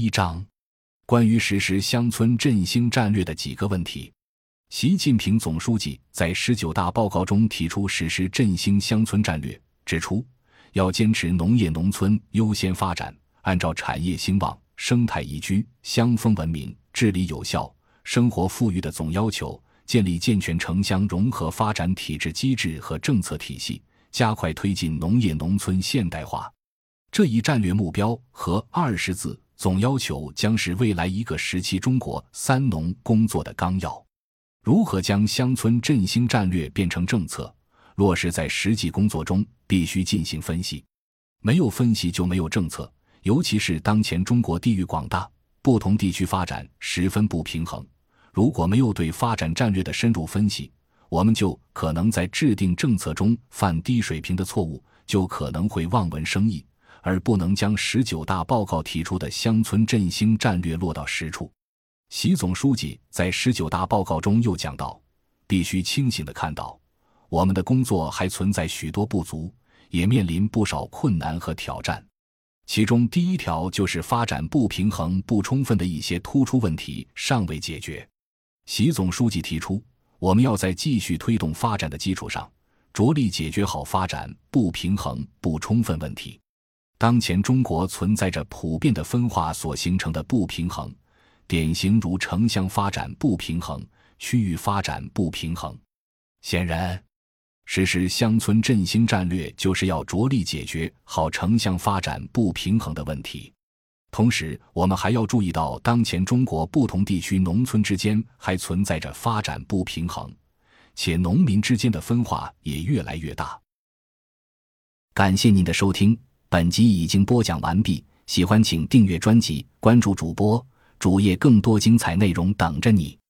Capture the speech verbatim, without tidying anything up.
一章，关于实施乡村振兴战略的几个问题。习近平总书记在十九大报告中提出实施振兴乡村战略，指出要坚持农业农村优先发展，按照产业兴旺、生态宜居、乡风文明、治理有效、生活富裕的总要求，建立健全城乡融合发展体制机制和政策体系，加快推进农业农村现代化。这一战略目标和二十字总要求将是未来一个时期中国三农工作的纲要。如何将乡村振兴战略变成政策，落实在实际工作中，必须进行分析。没有分析就没有政策，尤其是当前中国地域广大，不同地区发展十分不平衡，如果没有对发展战略的深入分析，我们就可能在制定政策中犯低水平的错误，就可能会望文生义，而不能将十九大报告提出的乡村振兴战略落到实处。习总书记在十九大报告中又讲到，必须清醒地看到，我们的工作还存在许多不足，也面临不少困难和挑战。其中第一条就是发展不平衡不充分的一些突出问题尚未解决。习总书记提出，我们要在继续推动发展的基础上，着力解决好发展不平衡不充分问题。当前中国存在着普遍的分化所形成的不平衡，典型如城乡发展不平衡、区域发展不平衡。显然，实施乡村振兴战略就是要着力解决好城乡发展不平衡的问题。同时，我们还要注意到当前中国不同地区农村之间还存在着发展不平衡，且农民之间的分化也越来越大。感谢您的收听，本集已经播讲完毕，喜欢请订阅专辑，关注主播，主页更多精彩内容等着你。